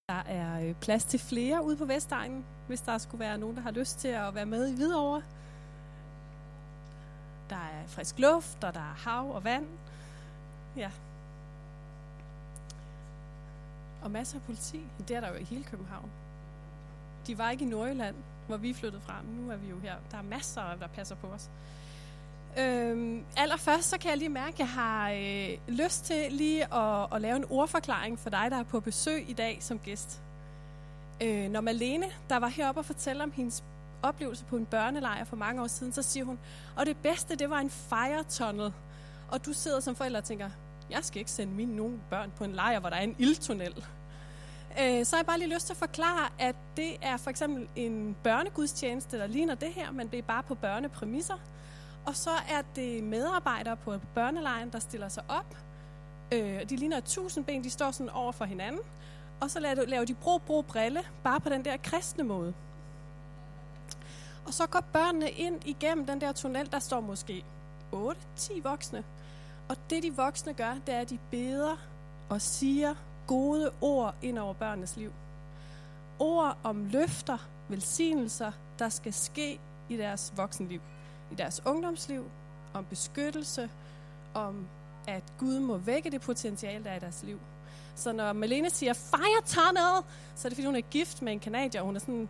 Der er plads til flere ude på Vestegnen, hvis der skulle være nogen, der har lyst til at være med i Hvidovre. Der er frisk luft, og der er hav og vand. Ja. Og masser af politi. Det er der jo i hele København. De var ikke i Nordjylland, hvor vi flyttede frem. Nu er vi jo her. Der er masser, der passer på os. Allerførst så kan jeg lige mærke, at jeg har lyst til lige at lave en ordforklaring for dig, der er på besøg i dag som gæst. Når Malene, der var heroppe og fortæller om hendes oplevelse på en børnelejr for mange år siden, så siger hun, og det bedste, det var en fire tunnel. Og du sidder som forælder og tænker, jeg skal ikke sende nogen børn på en lejr, hvor der er en ildtunnel. Så har jeg bare lige lyst til at forklare, at det er for eksempel en børnegudstjeneste, der ligner det her, men det er bare på børnepræmisser. Og så er det medarbejdere på børnelejren, der stiller sig op. De ligner 1000 ben, de står sådan over for hinanden. Og så laver de brille, bare på den der kristne måde. Og så går børnene ind igennem den der tunnel, der står måske 8-10 voksne. Og det de voksne gør, det er, at de beder og siger gode ord ind over børnenes liv. Ord om løfter, velsignelser, der skal ske i deres voksenliv. I deres ungdomsliv, om beskyttelse, om at Gud må vække det potentiale, der er i deres liv. Så når Malene siger, fire tunnel, så er det fordi, hun er gift med en canadier, og hun er sådan...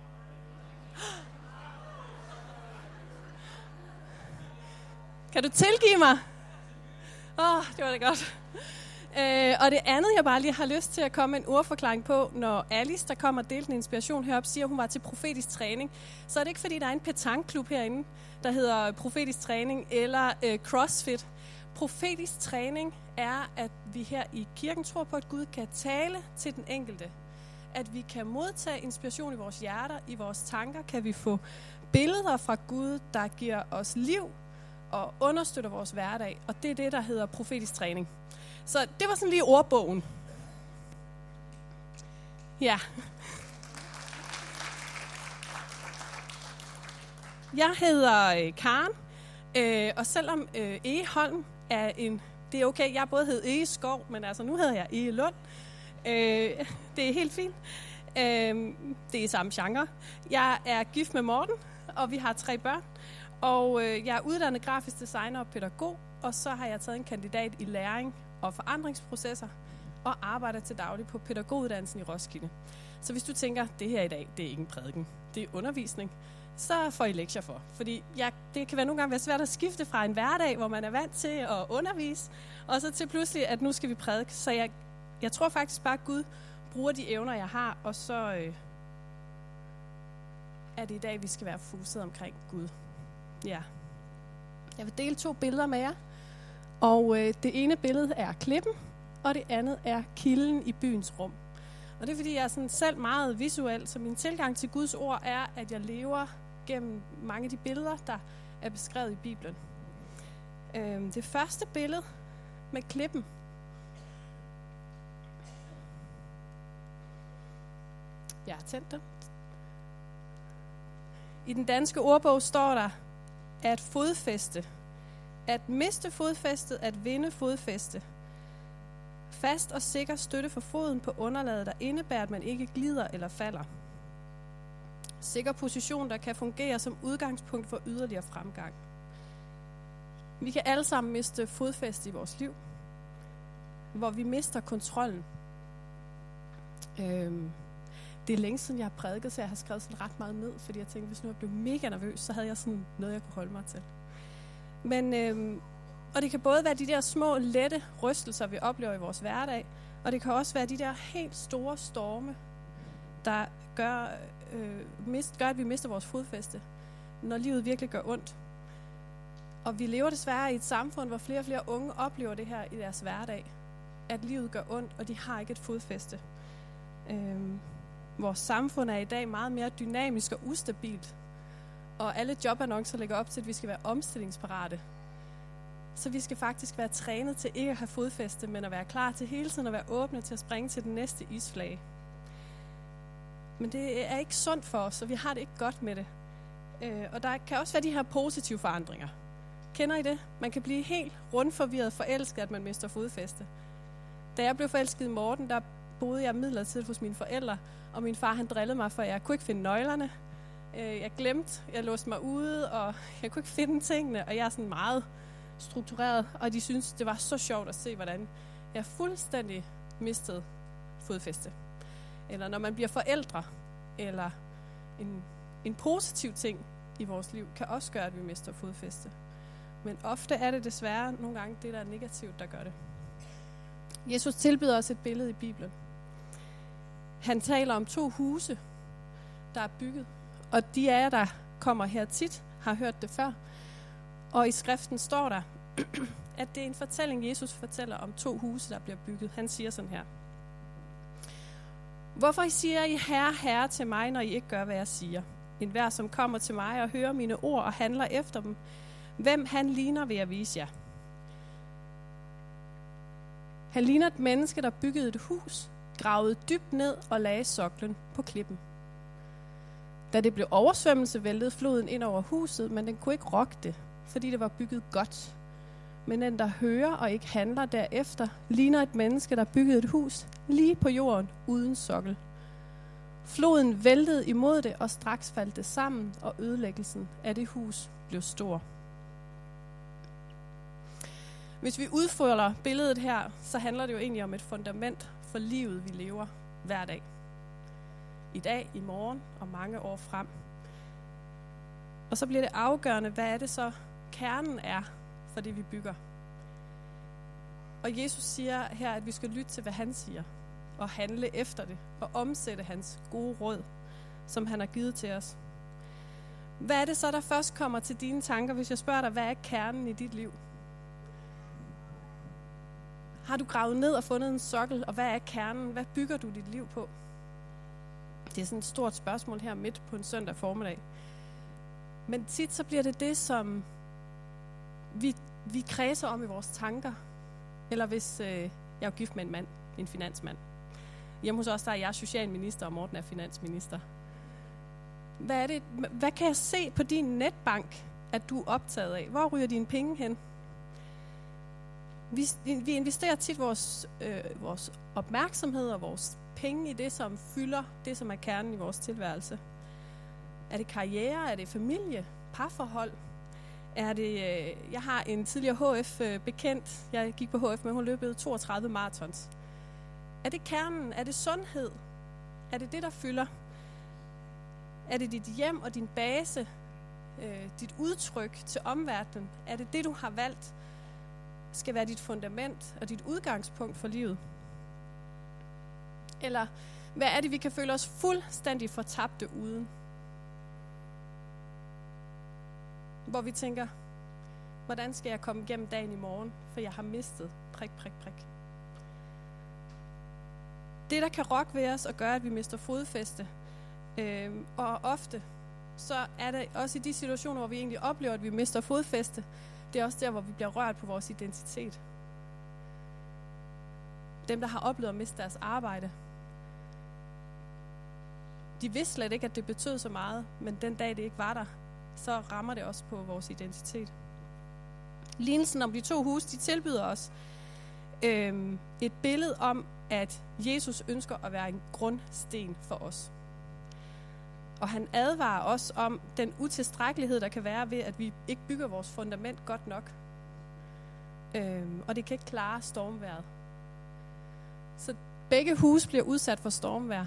Kan du tilgive mig? Det var da godt. Og det andet, jeg bare lige har lyst til at komme med en ordforklaring på, når Alice, der kommer og delte en inspiration heroppe, siger, at hun var til profetisk træning, så er det ikke, fordi der er en petanklub herinde, der hedder profetisk træning eller CrossFit. Profetisk træning er, at vi her i kirken tror på, at Gud kan tale til den enkelte. At vi kan modtage inspiration i vores hjerter, i vores tanker, kan vi få billeder fra Gud, der giver os liv og understøtter vores hverdag. Og det er det, der hedder profetisk træning. Så det var sådan lige ordbogen. Ja. Jeg hedder Karen, og selvom Egeholm er det er okay, jeg både hed Egeskov, men altså nu hedder jeg Egelund. Det er helt fint. Det er samme genre. Jeg er gift med Morten, og vi har 3 børn. Og jeg er uddannet grafisk designer og pædagog, og så har jeg taget en kandidat i læring og forandringsprocesser, og arbejder til daglig på pædagoguddannelsen i Roskilde. Så hvis du tænker, det her i dag, det er ikke en prædiken, det er undervisning, så får I lektier for. Fordi det kan nogle gange være svært at skifte fra en hverdag, hvor man er vant til at undervise, og så til pludselig, at nu skal vi prædike. Så jeg tror faktisk bare, at Gud bruger de evner, jeg har, og så er det i dag, vi skal være fokuseret omkring Gud. Ja. Jeg vil dele 2 billeder med jer. Og det ene billede er klippen, og det andet er kilden i byens rum. Og det er fordi, jeg er sådan selv meget visuel, så min tilgang til Guds ord er, at jeg lever gennem mange af de billeder, der er beskrevet i Bibelen. Det første billede med klippen. Jeg har tændt det. I den danske ordbog står der, at fodfæste. At miste fodfæstet, at vinde fodfæste. Fast og sikker støtte for foden på underlaget, der indebærer, at man ikke glider eller falder. Sikker position, der kan fungere som udgangspunkt for yderligere fremgang. Vi kan alle sammen miste fodfæste i vores liv, hvor vi mister kontrollen. Det er længe siden, jeg har prædiket, så jeg har skrevet sådan ret meget ned, fordi jeg tænkte, hvis nu jeg blev mega nervøs, så havde jeg sådan noget, jeg kunne holde mig til. Men, og det kan både være de der små, lette rystelser, vi oplever i vores hverdag, og det kan også være de der helt store storme, der gør, at vi mister vores fodfæste, når livet virkelig gør ondt. Og vi lever desværre i et samfund, hvor flere og flere unge oplever det her i deres hverdag, at livet gør ondt, og de har ikke et fodfæste. Vores samfund er i dag meget mere dynamisk og ustabilt, og alle jobannoncer lægger op til, at vi skal være omstillingsparate. Så vi skal faktisk være trænet til ikke at have fodfæste, men at være klar til hele tiden at være åbne til at springe til den næste isflage. Men det er ikke sundt for os, så vi har det ikke godt med det. Og der kan også være de her positive forandringer. Kender I det? Man kan blive helt rundforvirret forelsket, at man mister fodfæste. Da jeg blev forelsket i Morten, der boede jeg midlertidigt hos mine forældre, og min far han drillede mig, for jeg kunne ikke finde nøglerne. Jeg glemte, jeg låste mig ude, og jeg kunne ikke finde tingene, og jeg er sådan meget struktureret, og de synes det var så sjovt at se, hvordan jeg fuldstændig mistede fodfæste. Eller når man bliver forældre, eller en positiv ting i vores liv, kan også gøre, at vi mister fodfæste. Men ofte er det desværre nogle gange det, der er negativt, der gør det. Jesus tilbyder os et billede i Bibelen. Han taler om 2 huse, der er bygget. Og de af jer, der kommer her tit, har hørt det før. Og i skriften står der, at det er en fortælling, Jesus fortæller om 2 huse, der bliver bygget. Han siger sådan her. Hvorfor siger I herre, herre til mig, når I ikke gør, hvad jeg siger? Enhver, som kommer til mig og hører mine ord og handler efter dem, hvem han ligner, vil jeg vise jer. Han ligner et menneske, der byggede et hus, gravede dybt ned og lagde soklen på klippen. Da det blev oversvømmelse, væltede floden ind over huset, men den kunne ikke rokke det, fordi det var bygget godt. Men den, der hører og ikke handler derefter, ligner et menneske, der byggede et hus lige på jorden uden sokkel. Floden væltede imod det, og straks faldt det sammen, og ødelæggelsen af det hus blev stor. Hvis vi udfolder billedet her, så handler det jo egentlig om et fundament for livet, vi lever hver dag. I dag, i morgen og mange år frem. Og så bliver det afgørende, hvad er det så kernen er for det, vi bygger. Og Jesus siger her, at vi skal lytte til, hvad han siger, og handle efter det, og omsætte hans gode råd, som han har givet til os. Hvad er det så, der først kommer til dine tanker, hvis jeg spørger dig, hvad er kernen i dit liv? Har du gravet ned og fundet en sokkel, og hvad er kernen? Hvad bygger du dit liv på? Det er sådan et stort spørgsmål her midt på en søndag formiddag. Men tit så bliver det, som vi kredser om i vores tanker. Eller hvis jeg er gift med en mand, en finansmand. Hjemme hos os, der er jeg socialminister, og Morten er finansminister. Hvad kan jeg se på din netbank, at du er optaget af? Hvor ryger dine penge hen? Vi investerer tit vores opmærksomhed og vores penge i det, som fylder det, som er kernen i vores tilværelse. Er det karriere? Er det familie? Parforhold? Er det, jeg har en tidligere HF-bekendt. Jeg gik på HF, men hun løbede 32 marathons. Er det kernen? Er det sundhed? Er det det, der fylder? Er det dit hjem og din base? Dit udtryk til omverdenen? Er det det, du har valgt, skal være dit fundament og dit udgangspunkt for livet? Eller hvad er det, vi kan føle os fuldstændig fortabte uden? Hvor vi tænker, hvordan skal jeg komme igennem dagen i morgen, for jeg har mistet prik. Det, der kan rokke ved os og gøre, at vi mister fodfæste, og ofte, så er det også i de situationer, hvor vi egentlig oplever, at vi mister fodfæste, det er også der, hvor vi bliver rørt på vores identitet. Dem, der har oplevet at miste deres arbejde, de vidste slet ikke, at det betød så meget, men den dag, det ikke var der, så rammer det også på vores identitet. Lignelsen om de 2 huse, de tilbyder os et billede om, at Jesus ønsker at være en grundsten for os. Og han advarer os om den utilstrækkelighed, der kan være ved, at vi ikke bygger vores fundament godt nok. Og det kan ikke klare stormvejret. Så begge huse bliver udsat for stormvejr.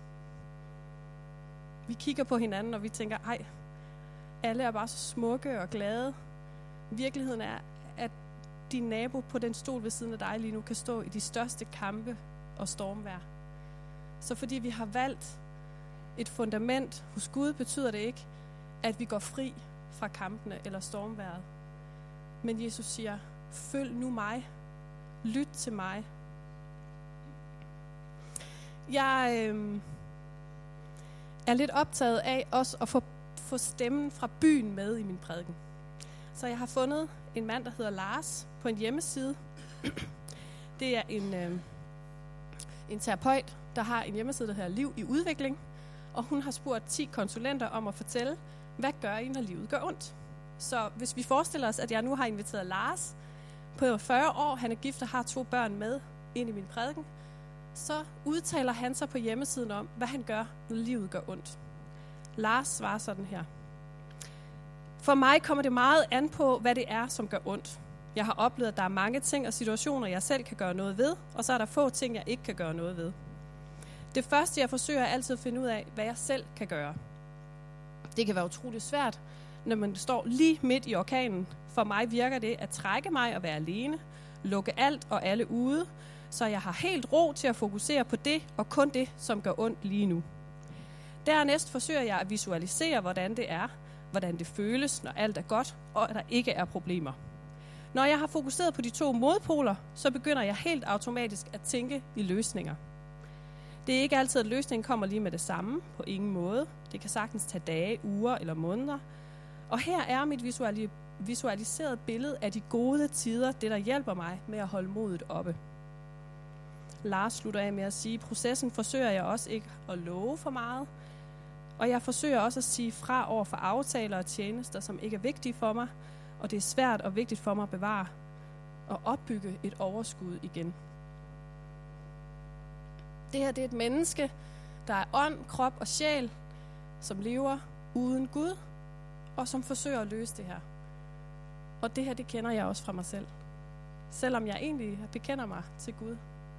Vi kigger på hinanden, og vi tænker, ej, alle er bare så smukke og glade. Virkeligheden er, at din nabo på den stol ved siden af dig lige nu kan stå i de største kampe og stormvejr. Så fordi vi har valgt et fundament hos Gud, betyder det ikke, at vi går fri fra kampene eller stormvejret. Men Jesus siger, følg nu mig. Lyt til mig. Jeg er lidt optaget af også at få stemmen fra byen med i min prædiken. Så jeg har fundet en mand, der hedder Lars, på en hjemmeside. Det er en terapeut, der har en hjemmeside, der hedder Liv i Udvikling. Og hun har spurgt 10 konsulenter om at fortælle, hvad gør I, når livet gør ondt? Så hvis vi forestiller os, at jeg nu har inviteret Lars på 40 år, han er gift og har 2 børn med ind i min prædiken, så udtaler han sig på hjemmesiden om, hvad han gør, når livet gør ondt. Lars svarer sådan her. For mig kommer det meget an på, hvad det er, som gør ondt. Jeg har oplevet, at der er mange ting og situationer, jeg selv kan gøre noget ved, og så er der få ting, jeg ikke kan gøre noget ved. Det første, jeg forsøger, er altid at finde ud af, hvad jeg selv kan gøre. Det kan være utroligt svært, når man står lige midt i orkanen. For mig virker det at trække mig og være alene, lukke alt og alle ude, så jeg har helt ro til at fokusere på det og kun det, som gør ondt lige nu. Dernæst forsøger jeg at visualisere, hvordan det er, hvordan det føles, når alt er godt og der ikke er problemer. Når jeg har fokuseret på de to modpoler, så begynder jeg helt automatisk at tænke i løsninger. Det er ikke altid, at løsningen kommer lige med det samme, på ingen måde. Det kan sagtens tage dage, uger eller måneder. Og her er mit visualiserede billede af de gode tider, det der hjælper mig med at holde modet oppe. Lars slutter af med at sige, processen forsøger jeg også ikke at love for meget, og jeg forsøger også at sige fra over for aftaler og tjenester, som ikke er vigtige for mig, og det er svært og vigtigt for mig at bevare og opbygge et overskud igen. Det her det er et menneske, der er ånd, krop og sjæl, som lever uden Gud, og som forsøger at løse det her. Og det her, det kender jeg også fra mig selv. Selvom jeg egentlig bekender mig til Gud.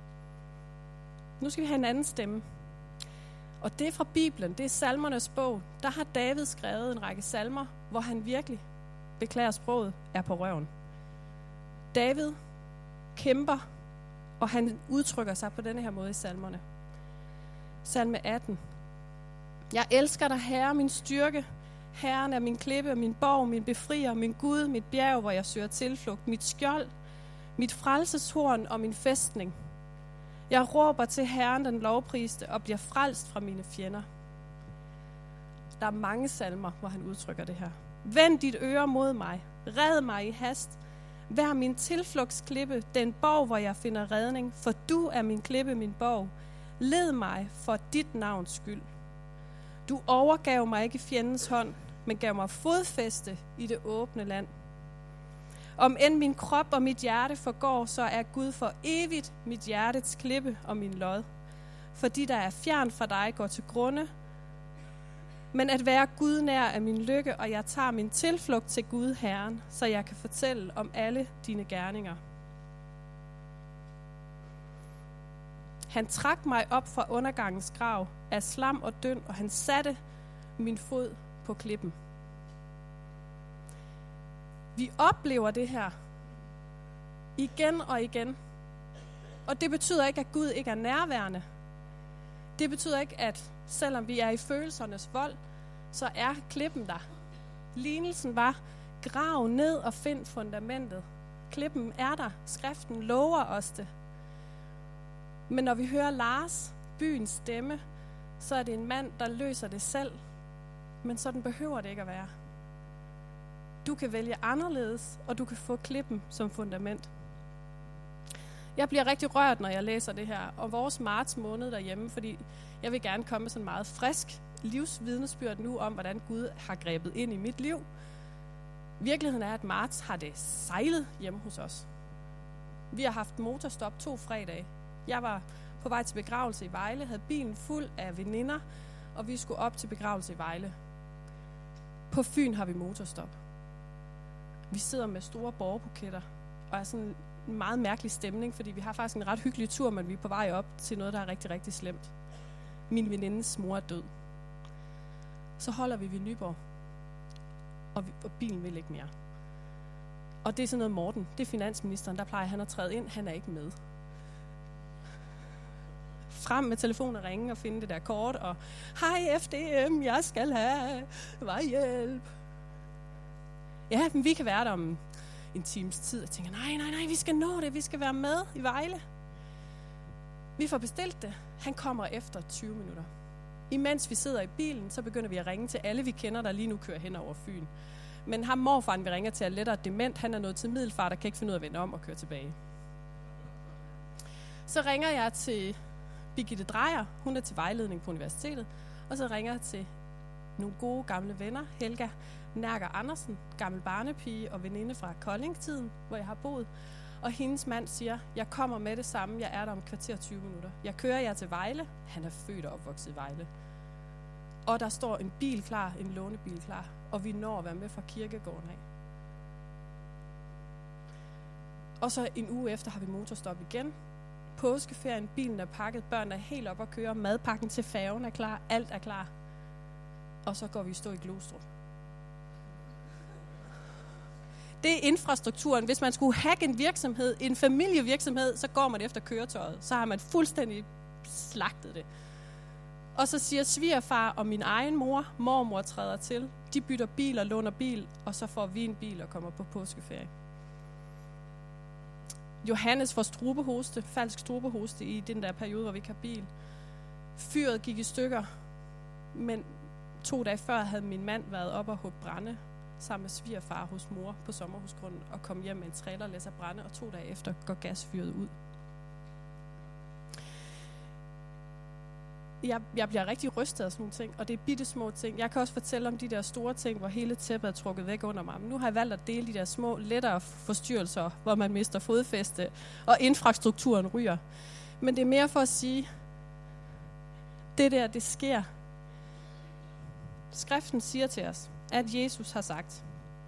Nu skal vi have en anden stemme. Og det er fra Bibelen, det er Salmernes bog. Der har David skrevet en række salmer, hvor han virkelig, beklager sproget, er på røven. David kæmper, og han udtrykker sig på denne her måde i salmerne. Salme 18. Jeg elsker dig, Herre, min styrke. Herren er min klippe, min borg, min befrier, min Gud, mit bjerg, hvor jeg søger tilflugt, mit skjold, mit frelseshorn og min fæstning. Jeg råber til Herren, den lovpriste, og bliver frelst fra mine fjender. Der er mange salmer, hvor han udtrykker det her. Vend dit øre mod mig. Red mig i hast. Vær min tilflugtsklippe, den borg, hvor jeg finder redning. For du er min klippe, min borg. Led mig for dit navns skyld. Du overgav mig ikke fjendens hånd, men gav mig fodfæste i det åbne land. Om end min krop og mit hjerte forgår, så er Gud for evigt mit hjertets klippe og min lod. Fordi der er fjern fra dig, går til grunde. Men at være Gud nær er min lykke, og jeg tager min tilflugt til Gud Herren, så jeg kan fortælle om alle dine gerninger. Han trak mig op fra undergangens grav af slam og døn, og han satte min fod på klippen. Vi oplever det her igen og igen. Og det betyder ikke, at Gud ikke er nærværende. Det betyder ikke, at selvom vi er i følelsernes vold, så er klippen der. Lignelsen var, grav ned og find fundamentet. Klippen er der. Skriften lover os det. Men når vi hører Lars, byens stemme, så er det en mand, der løser det selv. Men sådan behøver det ikke at være. Du kan vælge anderledes, og du kan få klippen som fundament. Jeg bliver rigtig rørt, når jeg læser det her, og vores marts måned derhjemme, fordi jeg vil gerne komme med sådan meget frisk livsvidnesbyrd nu om, hvordan Gud har grebet ind i mit liv. Virkeligheden er, at marts har det sejlet hjemme hos os. Vi har haft motorstop 2 fredage. Jeg var på vej til begravelse i Vejle, havde bilen fuld af veninder, og vi skulle op til begravelse i Vejle. På Fyn har vi motorstop. Vi sidder med store borgerbuketter, og er sådan en meget mærkelig stemning, fordi vi har faktisk en ret hyggelig tur, men vi er på vej op til noget, der er rigtig, rigtig slemt. Min venindes mor er død. Så holder vi ved Nyborg, og bilen vil ikke mere. Og det er sådan noget Morten, det er finansministeren, der plejer han at træde ind, han er ikke med. Frem med telefonen og ringe og finde det der kort, og hej FDM, jeg skal have vejhjælp. Ja, men vi kan være der om en times tid. Jeg tænker, nej, vi skal nå det, vi skal være med i Vejle. Vi får bestilt det. Han kommer efter 20 minutter. Imens vi sidder i bilen, så begynder vi at ringe til alle, vi kender, der lige nu kører hen over Fyn. Men ham morfaren, vi ringer til, er lettere dement. Han er nået til Middelfart og kan ikke finde ud af at vende om og køre tilbage. Så ringer jeg til Birgitte Drejer. Hun er til vejledning på universitetet. Og så ringer jeg til nogle gode gamle venner. Helga Nærker Andersen, gammel barnepige og veninde fra Kolding-tiden, hvor jeg har boet. Og hendes mand siger, jeg kommer med det samme, jeg er der om kvarter 20 minutter. Jeg kører jer til Vejle. Han er født og opvokset i Vejle. Og der står en bil klar, en lånebil klar, og vi når at være med fra kirkegården af. Og så en uge efter har vi motorstop igen. Påskeferien, bilen er pakket, børnene er helt op at køre, madpakken til færgen er klar, alt er klar. Og så går vi stå i Glostrup. Det er infrastrukturen. Hvis man skulle hacke en virksomhed, en familievirksomhed, så går man efter køretøjet. Så har man fuldstændig slagtet det. Og så siger svigerfar og min egen mormor træder til. De bytter bil og låner bil, og så får vi en bil og kommer på påskeferie. Johannes får strubehoste, falsk strubehoste i den der periode, hvor vi ikke har bil. Fyret gik i stykker, men 2 dage før havde min mand været op og hugge brænde sammen med svigerfar hos mor på sommerhusgrunden og kom hjem med en trailer og læser brænde, og 2 dage efter går gasfyret ud. Jeg bliver rigtig rystet af sådan nogle ting, og det er bitte små ting. Jeg kan også fortælle om de der store ting, hvor hele tæppet er trukket væk under mig. Men nu har jeg valgt at dele de der små, lettere forstyrrelser, hvor man mister fodfæste, og infrastrukturen ryger. Men det er mere for at sige, det der, det sker. Skriften siger til os, at Jesus har sagt,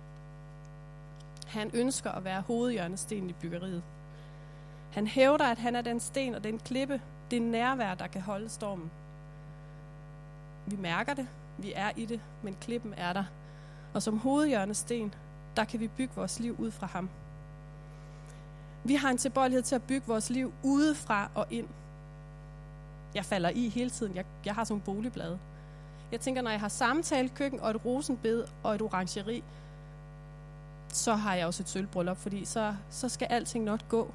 han ønsker at være hovedhjørnestenen i byggeriet. Han hævder, at han er den sten og den klippe, det nærvær, der kan holde stormen. Vi mærker det, vi er i det, men klippen er der. Og som hovedhjørnesten, der kan vi bygge vores liv ud fra ham. Vi har en tilbøjelighed til at bygge vores liv udefra og ind. Jeg falder i hele tiden. Jeg har sådan en boligblade. Jeg tænker, når jeg har samtalekøkken og et rosenbed og et orangeri, så har jeg også et sølvbryllup, fordi så skal alting nok gå.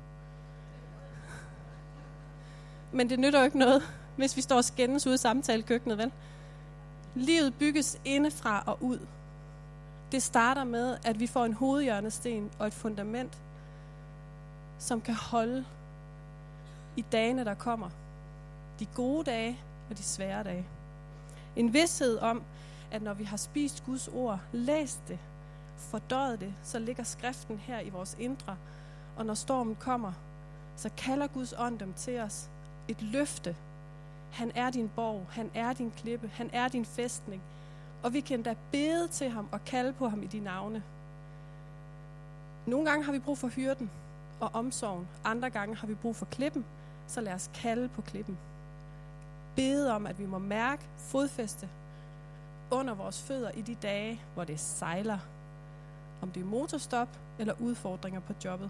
Men det nytter jo ikke noget, hvis vi står og skændes ude i samtalekøkkenet, vel? Livet bygges indefra og ud. Det starter med, at vi får en hovedhjørnesten og et fundament, som kan holde i dagene, der kommer. De gode dage og de svære dage. En vished om, at når vi har spist Guds ord, læst det, fordøjet det, så ligger skriften her i vores indre. Og når stormen kommer, så kalder Guds ånd dem til os. Et løfte. Han er din borg, han er din klippe, han er din fæstning. Og vi kan da bede til ham og kalde på ham i de navne. Nogle gange har vi brug for hyrden og omsorgen. Andre gange har vi brug for klippen, så lad os kalde på klippen. Bede om, at vi må mærke fodfæste under vores fødder i de dage, hvor det sejler. Om det er motorstop eller udfordringer på jobbet.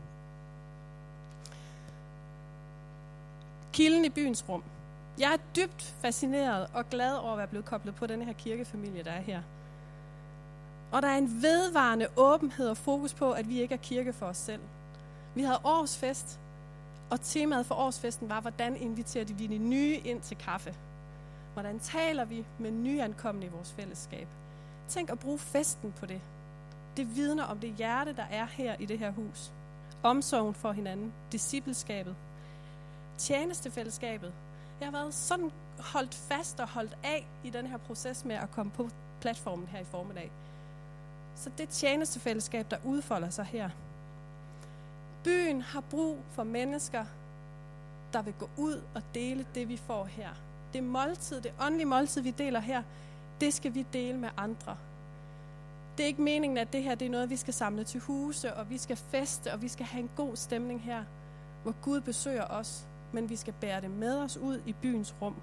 Kilden i byens rum. Jeg er dybt fascineret og glad over at være blevet koblet på denne her kirkefamilie, der er her. Og der er en vedvarende åbenhed og fokus på, at vi ikke er kirke for os selv. Vi havde årsfest, og temaet for årsfesten var, hvordan inviterer vi de nye ind til kaffe? Hvordan taler vi med nyankomne i vores fællesskab? Tænk at bruge festen på det. Det vidner om det hjerte, der er her i det her hus. Omsorgen for hinanden, discipleskabet, tjenestefællesskabet. Jeg har været sådan holdt fast og holdt af i den her proces med at komme på platformen her i formiddag. Så det tjenestefællesskab, der udfolder sig her. Byen har brug for mennesker, der vil gå ud og dele det, vi får her. Det måltid, det åndelige måltid, vi deler her, det skal vi dele med andre. Det er ikke meningen, at det her det er noget, vi skal samle til huse, og vi skal feste, og vi skal have en god stemning her, hvor Gud besøger os, men vi skal bære det med os ud i byens rum.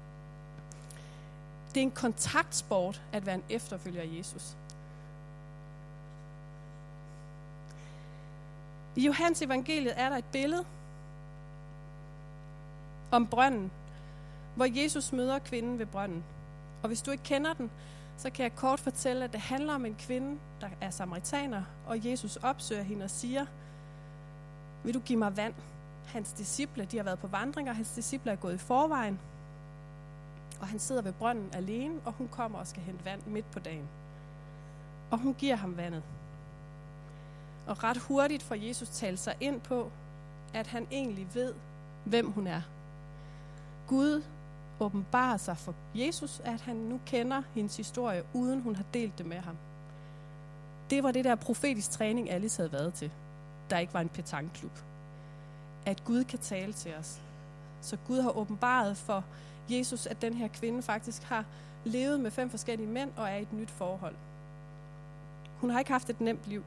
Det er en kontaktsport at være en efterfølger af Jesus. I Johannes evangeliet er der et billede om brønden, hvor Jesus møder kvinden ved brønden. Og hvis du ikke kender den, så kan jeg kort fortælle, at det handler om en kvinde, der er samaritaner, og Jesus opsøger hende og siger, vil du give mig vand? Hans disciple, de har været på vandringer, hans disciple er gået i forvejen, og han sidder ved brønden alene, og hun kommer og skal hente vand midt på dagen. Og hun giver ham vandet. Og ret hurtigt får Jesus talt sig ind på, at han egentlig ved, hvem hun er. Gud åbenbarer sig for Jesus, at han nu kender hendes historie, uden hun har delt det med ham. Det var det der profetisk træning, Alice havde været til. der ikke var en petanklub. At Gud kan tale til os. Så Gud har åbenbaret for Jesus, at den her kvinde faktisk har levet med 5 forskellige mænd og er i et nyt forhold. Hun har ikke haft et nemt liv.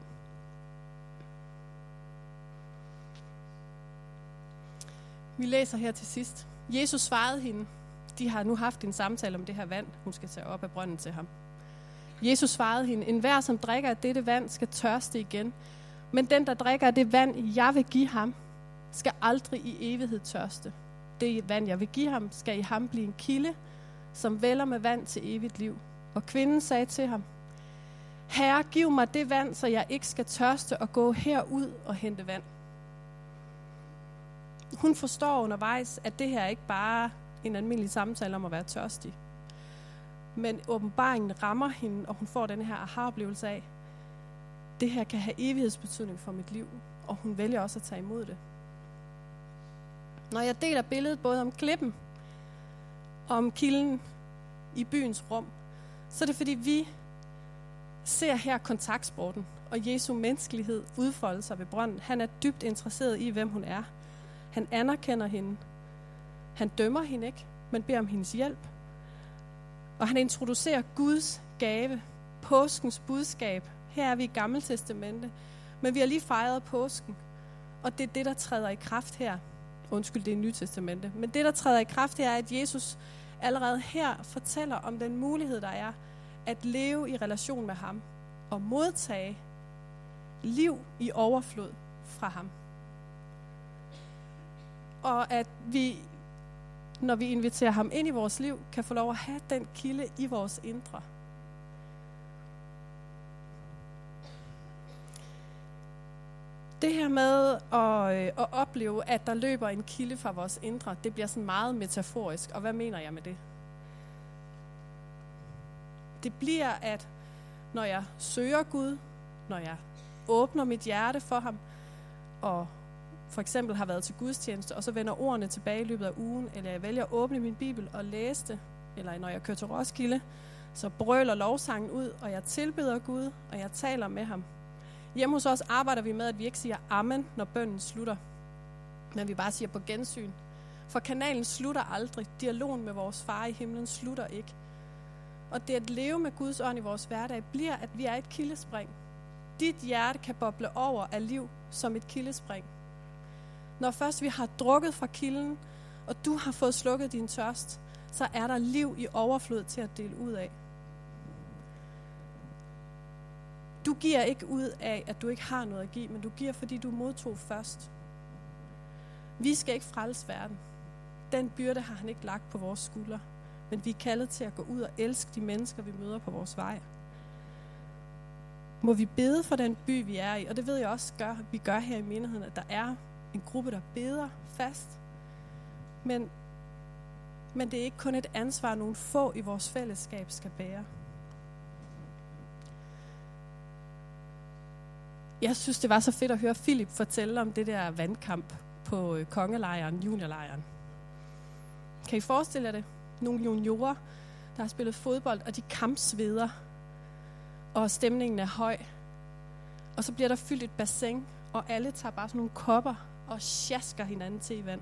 Vi læser her til sidst. Jesus svarede hende. De har nu haft en samtale om det her vand. Hun skal tage op af brønden til ham. Jesus svarede hende, enhver som drikker af dette vand skal tørste igen. Men den, der drikker af det vand, jeg vil give ham, skal aldrig i evighed tørste. Det vand, jeg vil give ham, skal i ham blive en kilde, som vælder med vand til evigt liv. Og kvinden sagde til ham, Herre, giv mig det vand, så jeg ikke skal tørste og gå herud og hente vand. Hun forstår undervejs, at det her ikke bare en almindelig samtale om at være tørstig. Men åbenbaringen rammer hende, og hun får den her aha-oplevelse af, det her kan have evighedsbetydning for mit liv, og hun vælger også at tage imod det. Når jeg deler billedet både om klippen og om kilden i byens rum, så er det fordi vi ser her kontaktsporten og Jesu menneskelighed udfolde sig ved brønden. Han er dybt interesseret i, hvem hun er. Han anerkender hende. Han dømmer hende ikke, men beder om hendes hjælp. Og han introducerer Guds gave, påskens budskab. Her er vi i Gamle Testamente, men vi har lige fejret påsken. Og det er det, der træder i kraft her. Undskyld, det er Nye Testamente. Men det, der træder i kraft her, er, at Jesus allerede her fortæller om den mulighed, der er at leve i relation med ham og modtage liv i overflod fra ham. Og at vi, når vi inviterer ham ind i vores liv, kan få lov at have den kilde i vores indre. Det her med at opleve, at der løber en kilde fra vores indre, det bliver sådan meget metaforisk. Og hvad mener jeg med det? Det bliver, at når jeg søger Gud, når jeg åbner mit hjerte for ham, og for eksempel har været til gudstjeneste, og så vender ordene tilbage i løbet af ugen, eller jeg vælger at åbne min bibel og læse det, eller når jeg kører til Roskilde, så brøler lovsangen ud, og jeg tilbeder Gud, og jeg taler med ham. Hjemme hos os arbejder vi med, at vi ikke siger amen, når bønnen slutter, men vi bare siger på gensyn. For kanalen slutter aldrig. Dialogen med vores far i himlen slutter ikke. Og det at leve med Guds ånd i vores hverdag bliver, at vi er et kildespring. Dit hjerte kan boble over af liv som et kildespring. Når først vi har drukket fra kilden, og du har fået slukket din tørst, så er der liv i overflod til at dele ud af. Du giver ikke ud af, at du ikke har noget at give, men du giver, fordi du modtog først. Vi skal ikke frelse verden. Den byrde har han ikke lagt på vores skuldre. Men vi er kaldet til at gå ud og elske de mennesker, vi møder på vores vej. Må vi bede for den by, vi er i. Og det ved jeg også, vi gør her i menigheden, at der er en gruppe, der beder fast. Men det er ikke kun et ansvar, nogle få i vores fællesskab skal bære. Jeg synes, det var så fedt at høre Philip fortælle om det der vandkamp på kongelejren, juniorlejren. Kan I forestille jer det? Nogle juniorer, der har spillet fodbold, og de kampsveder, og stemningen er høj. Og så bliver der fyldt et bassin, og alle tager bare sådan nogle kopper og sjasker hinanden til i vand.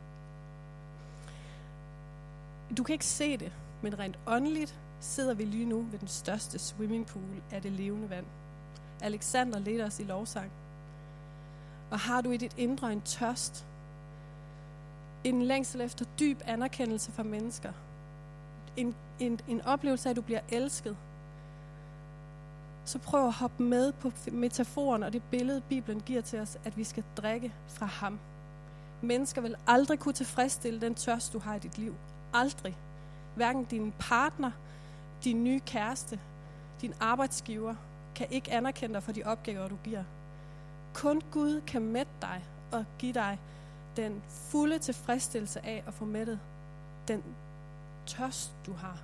Du kan ikke se det, men rent åndeligt sidder vi lige nu ved den største swimmingpool af det levende vand. Alexander leder os i lovsang. Og har du i dit indre en tørst, en længsel efter dyb anerkendelse fra mennesker, en oplevelse af, at du bliver elsket, så prøv at hoppe med på metaforen og det billede, Bibelen giver til os, at vi skal drikke fra ham. Mennesker vil aldrig kunne tilfredsstille den tørst, du har i dit liv. Aldrig. Hverken din partner, din nye kæreste, din arbejdsgiver, kan ikke anerkende dig for de opgaver, du giver. Kun Gud kan mætte dig og give dig den fulde tilfredsstillelse af at få mættet den tørst, du har.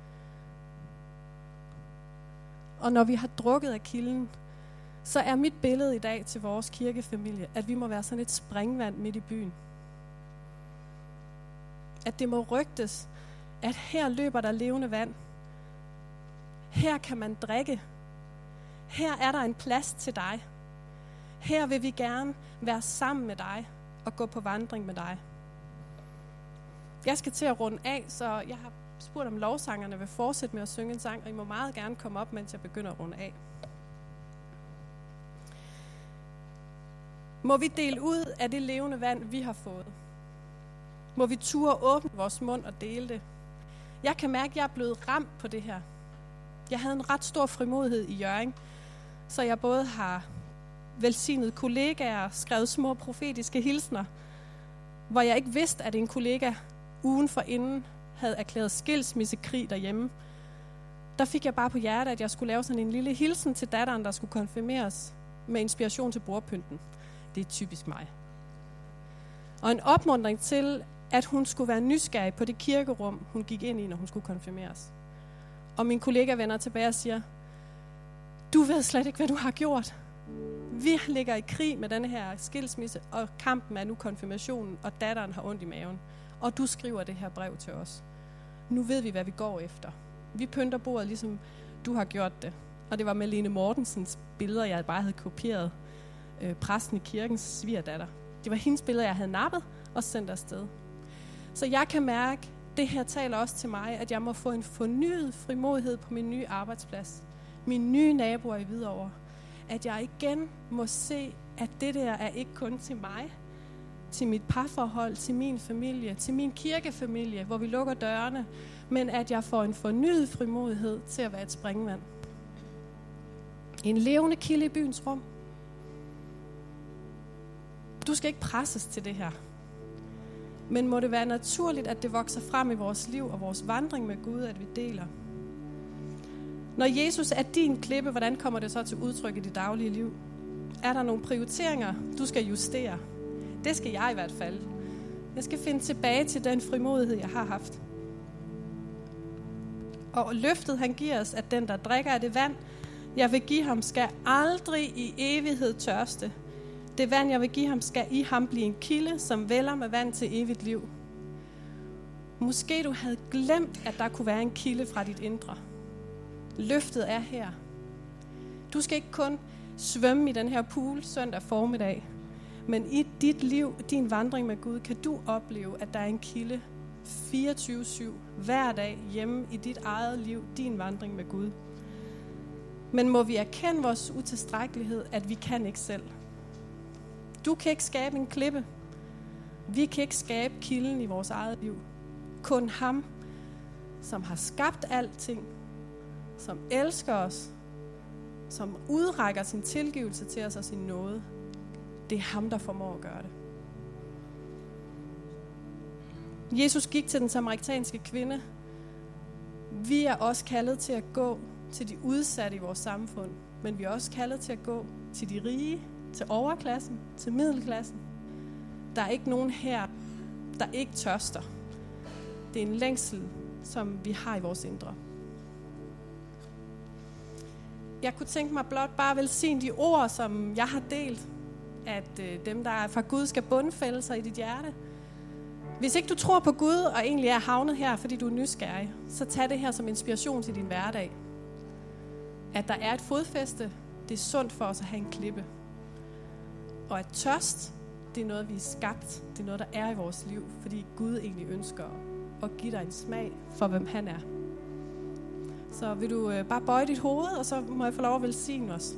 Og når vi har drukket af kilden, så er mit billede i dag til vores kirkefamilie, at vi må være sådan et springvand midt i byen. At det må rygtes, at her løber der levende vand. Her kan man drikke. Her er der en plads til dig. Her vil vi gerne være sammen med dig og gå på vandring med dig. Jeg skal til at runde af, så jeg har spurgt om lovsangerne vil fortsætte med at synge en sang, og I må meget gerne komme op, mens jeg begynder at runde af. Må vi dele ud af det levende vand, vi har fået. Må vi turde åbne vores mund og dele det. Jeg kan mærke, at jeg er blevet ramt på det her. Jeg havde en ret stor frimodighed i Hjørring, så jeg både har velsignet kollegaer, skrevet små profetiske hilsner, hvor jeg ikke vidste, at en kollega ugen forinden havde erklæret skilsmissekrig derhjemme. Der fik jeg bare på hjertet, at jeg skulle lave sådan en lille hilsen til datteren, der skulle konfirmeres med inspiration til bordpynten. Det er typisk mig. Og en opmuntring til, at hun skulle være nysgerrig på det kirkerum, hun gik ind i, når hun skulle konfirmeres. Og min kollega vender tilbage og siger, du ved slet ikke, hvad du har gjort. Vi ligger i krig med den her skilsmisse, og kampen er nu konfirmationen, og datteren har ondt i maven. Og du skriver det her brev til os. Nu ved vi, hvad vi går efter. Vi pynter bordet, ligesom du har gjort det. Og det var Malene Mortensens billeder, jeg bare havde kopieret. Præsten i kirkens svigerdatter. Det var hendes billeder, jeg havde nappet og sendt afsted. Så jeg kan mærke, det her taler også til mig, at jeg må få en fornyet frimodighed på min nye arbejdsplads. Mine nye naboer i Hvidovre. At jeg igen må se, at det der er ikke kun til mig, til mit parforhold, til min familie, til min kirkefamilie, hvor vi lukker dørene, men at jeg får en fornyet frimodighed til at være et springvand. En levende kilde i byens rum. Du skal ikke presses til det her. Men må det være naturligt, at det vokser frem i vores liv og vores vandring med Gud, at vi deler. Når Jesus er din klippe, hvordan kommer det så til udtryk i dit daglige liv? Er der nogle prioriteringer, du skal justere? Det skal jeg i hvert fald. Jeg skal finde tilbage til den frimodighed, jeg har haft. Og løftet, han giver os, at den, der drikker af det vand, jeg vil give ham, skal aldrig i evighed tørste. Det vand, jeg vil give ham, skal i ham blive en kilde, som vælger med vand til evigt liv. Måske du havde glemt, at der kunne være en kilde fra dit indre. Løftet er her. Du skal ikke kun svømme i den her pool søndag formiddag, men i dit liv, din vandring med Gud, kan du opleve, at der er en kilde 24/7 hver dag hjemme i dit eget liv, din vandring med Gud. Men må vi erkende vores utilstrækkelighed, at vi kan ikke selv. Du kan ikke skabe en klippe. Vi kan ikke skabe kilden i vores eget liv. Kun ham, som har skabt alting, som elsker os, som udrækker sin tilgivelse til os og sin nåde. Det er ham, der formår at gøre det. Jesus gik til den samaritanske kvinde. Vi er også kaldet til at gå til de udsatte i vores samfund, men vi er også kaldet til at gå til de rige, til overklassen, til middelklassen. Der er ikke nogen her, der ikke tørster. Det er en længsel, som vi har i vores indre. Jeg kunne tænke mig blot bare velsigne de ord, som jeg har delt, at dem, der er fra Gud, skal bundfælde sig i dit hjerte. Hvis ikke du tror på Gud, og egentlig er havnet her, fordi du er nysgerrig, så tag det her som inspiration til din hverdag. At der er et fodfæste, det er sundt for os at have en klippe. Og at tørst, det er noget, vi er skabt. Det er noget, der er i vores liv, fordi Gud egentlig ønsker at give dig en smag for, hvem han er. Så vil du bare bøje dit hoved, og så må jeg få lov at velsigne os.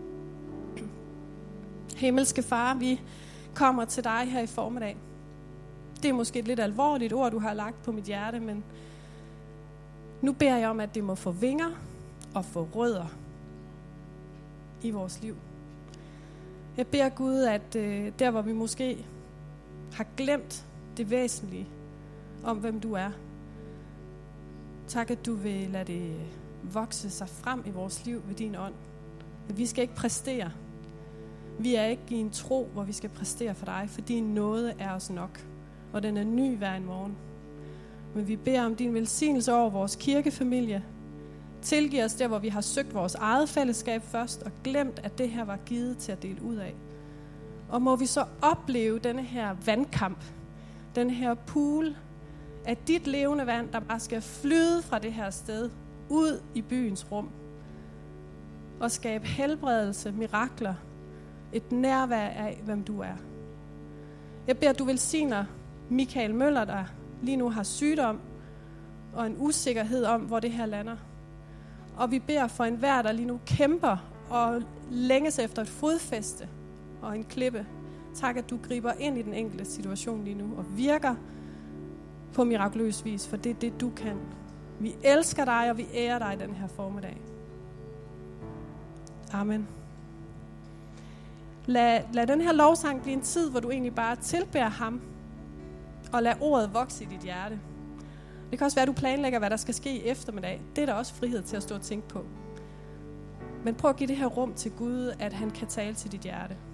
Himmelske Far, vi kommer til dig her i formiddag. Det er måske et lidt alvorligt ord, du har lagt på mit hjerte, men nu beder jeg om, at det må få vinger og få rødder i vores liv. Jeg beder Gud, at der hvor vi måske har glemt det væsentlige om, hvem du er, tak, at du vil lade det vokse sig frem i vores liv ved din ånd. Vi skal ikke præstere. Vi er ikke i en tro, hvor vi skal præstere for dig, for din nåde er os nok, og den er ny hver en morgen. Men vi beder om din velsignelse over vores kirkefamilie. Tilgiv os der, hvor vi har søgt vores eget fællesskab først, og glemt, at det her var givet til at dele ud af. Og må vi så opleve denne her vandkamp, den her pool af dit levende vand, der bare skal flyde fra det her sted, ud i byens rum, og skabe helbredelse, mirakler, Et nærvær af, hvem du er. Jeg beder, at du velsigner Michael Møller, der lige nu har sygdom og en usikkerhed om, hvor det her lander. Og vi beder for enhver, der lige nu kæmper og længes efter et fodfæste og en klippe. Tak, at du griber ind i den enkelte situation lige nu og virker på mirakuløs vis, for det er det, du kan. Vi elsker dig, og vi ærer dig den her formiddag. Amen. Lad den her lovsang blive en tid, hvor du egentlig bare tilbeder ham, og lad ordet vokse i dit hjerte. Det kan også være, at du planlægger, hvad der skal ske i eftermiddag. Det er der også frihed til at stå og tænke på. Men prøv at give det her rum til Gud, at han kan tale til dit hjerte.